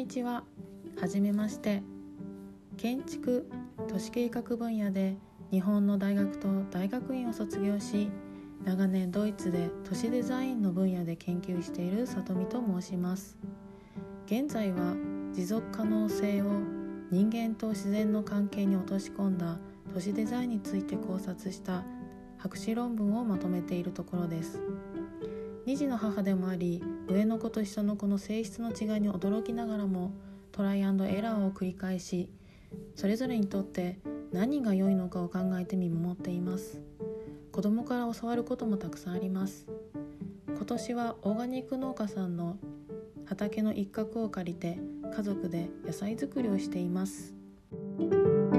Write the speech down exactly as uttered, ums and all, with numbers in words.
にちは。はじめまして。建築・都市計画分野で日本の大学と大学院を卒業し、長年ドイツで都市デザインの分野で研究している里見と申します。現在は持続可能性を人間と自然の関係に落とし込んだ都市デザインについて考察した博士論文をまとめているところです。二児の母でもあり、上の子と下の子の性質の違いに驚きながらもトライアンドエラーを繰り返し、それぞれにとって何が良いのかを考えて見守っています。子供から教わることもたくさんあります。今年はオーガニック農家さんの畑の一角を借りて家族で野菜作りをしています。